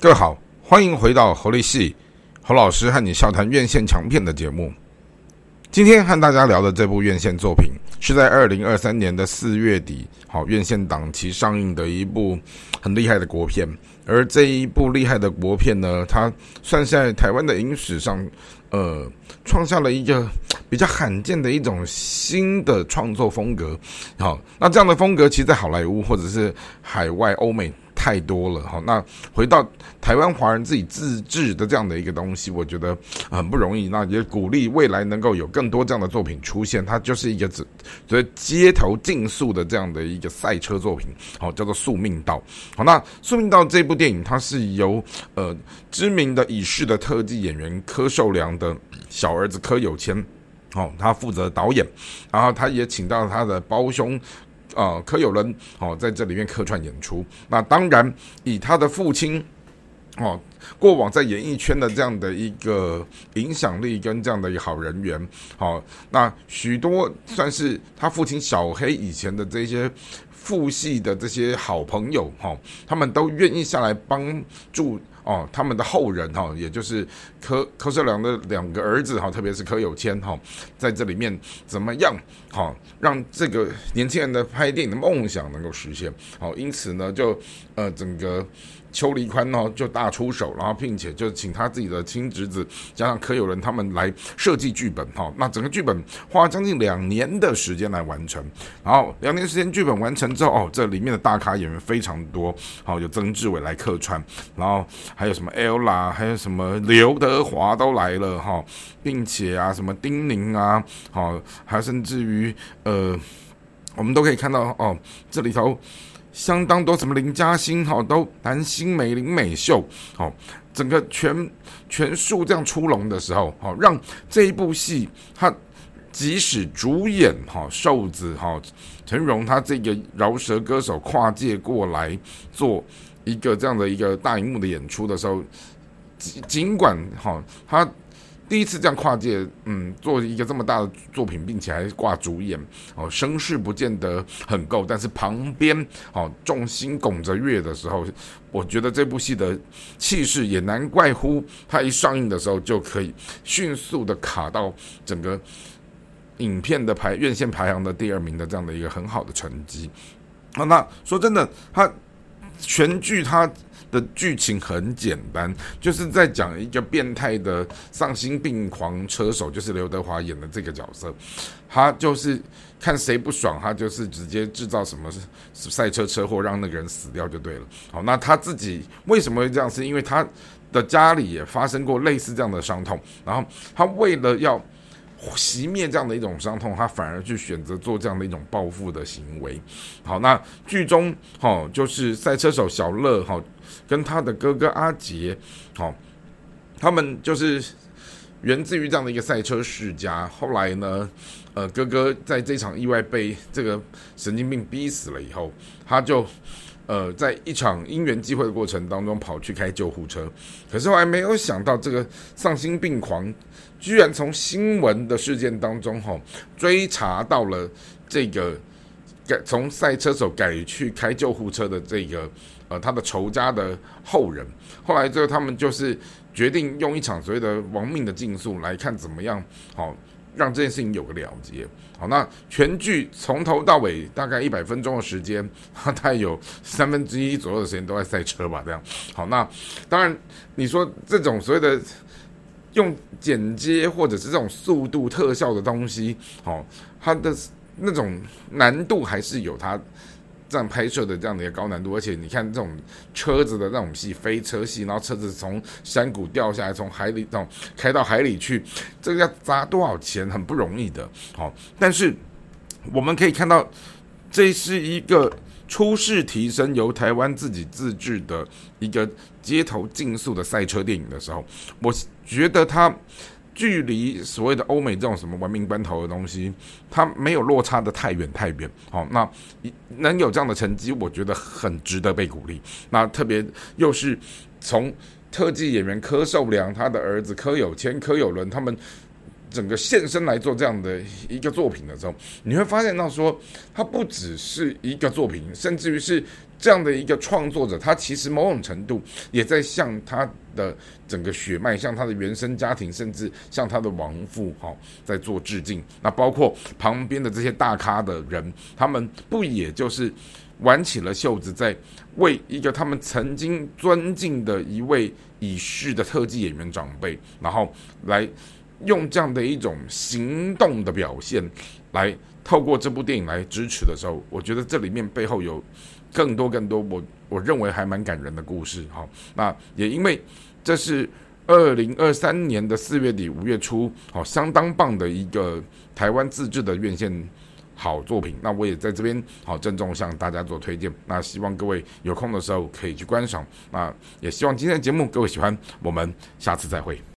各位好，欢迎回到侯力系，侯老师和你笑谈院线强片的节目。今天和大家聊的这部院线作品是在2023年的4月底，院线档期上映的一部很厉害的国片。而这一部厉害的国片呢，它算是在台湾的影史上创下了一个比较罕见的一种新的创作风格。那这样的风格其实在好莱坞或者是海外欧美太多了。那回到台湾华人自己自制的这样的一个东西，我觉得很不容易。那也鼓励未来能够有更多这样的作品出现。它就是一个所谓街头竞速的这样的一个赛车作品，叫做《宿命道》。那《宿命道》这部电影，它是由知名的已逝的特技演员柯受良的小儿子柯有谦，他负责导演，然后他也请到他的胞兄柯有伦在这里面客串演出。那当然以他的父亲过往在演艺圈的这样的一个影响力跟这样的一个好人缘，那许多算是他父亲小黑以前的这些父系的这些好朋友，他们都愿意下来帮助他们的后人，也就是柯受良的2个儿子，特别是柯有谦，在这里面怎么样让这个年轻人的拍电影的梦想能够实现。因此呢，就整个邱黎宽就大出手，然后并且就请他自己的亲侄子加上柯有伦他们来设计剧本。那整个剧本花将近2年的时间来完成，然后2年时间剧本完成之后，这里面的大咖演员非常多，有曾志伟来客串，然后还有什么 Ella， 还有什么刘德华都来了，并且什么丁宁啊，还甚至于我们都可以看到这里头相当多什么林嘉欣都蓝心湄、林美秀整个全数这样出笼的时候，让这一部戏它即使主演瘦子陈荣他这个饶舌歌手跨界过来做一个这样的一个大荧幕的演出的时候，尽管他第一次这样跨界，做一个这么大的作品，并且还挂主演，声势不见得很够，但是旁边众星拱着月的时候，我觉得这部戏的气势也难怪乎它一上映的时候就可以迅速的卡到整个影片的院线排行的第2名的这样的一个很好的成绩。那说真的，它全剧它的剧情很简单，就是在讲一个变态的丧心病狂车手，就是刘德华演的这个角色，他就是看谁不爽，他就是直接制造什么赛车车祸，让那个人死掉就对了。那他自己为什么会这样？是因为他的家里也发生过类似这样的伤痛，然后他为了要熄灭这样的一种伤痛，他反而去选择做这样的一种报复的行为。那剧中就是赛车手小乐跟他的哥哥阿杰，他们就是源自于这样的一个赛车世家。后来呢，哥哥在这场意外被这个神经病逼死了以后，他就在一场因缘际会的过程当中跑去开救护车，可是后来没有想到这个丧心病狂居然从新闻的事件当中追查到了这个从赛车手改去开救护车的这个他的仇家的后人。后来他们就是决定用一场所谓的亡命的竞速来看怎么样让这件事情有个了结。那全剧从头到尾大概100分钟的时间，大概有1/3左右的时间都在赛车吧，这样。那当然你说这种所谓的用剪接或者是这种速度特效的东西，它的那种难度还是有它这样拍摄的这样的一个高难度。而且你看这种车子的那种戏，飞车戏，然后车子从山谷掉下来，从海里开到海里去，这个要砸多少钱，很不容易的。但是我们可以看到，这是一个初试提升由台湾自己自制的一个街头竞速的赛车电影的时候，我觉得它距离所谓的欧美这种什么玩命关头的东西，它没有落差的太远太远。那能有这样的成绩，我觉得很值得被鼓励。那特别又是从特技演员柯受良、他的儿子柯有谦、柯有伦他们整个现身来做这样的一个作品的时候，你会发现到说，它不只是一个作品，甚至于是这样的一个创作者，他其实某种程度也在向他的整个血脉，向他的原生家庭，甚至向他的亡父在做致敬。那包括旁边的这些大咖的人，他们不也就是挽起了袖子，在为一个他们曾经尊敬的一位已逝的特技演员长辈，然后来用这样的一种行动的表现，来透过这部电影来支持的时候，我觉得这里面背后有更多我认为还蛮感人的故事。那也因为这是2023年的4月底5月初，相当棒的一个台湾自制的院线好作品，那我也在这边郑重向大家做推荐。那希望各位有空的时候可以去观赏，那也希望今天的节目各位喜欢，我们下次再会。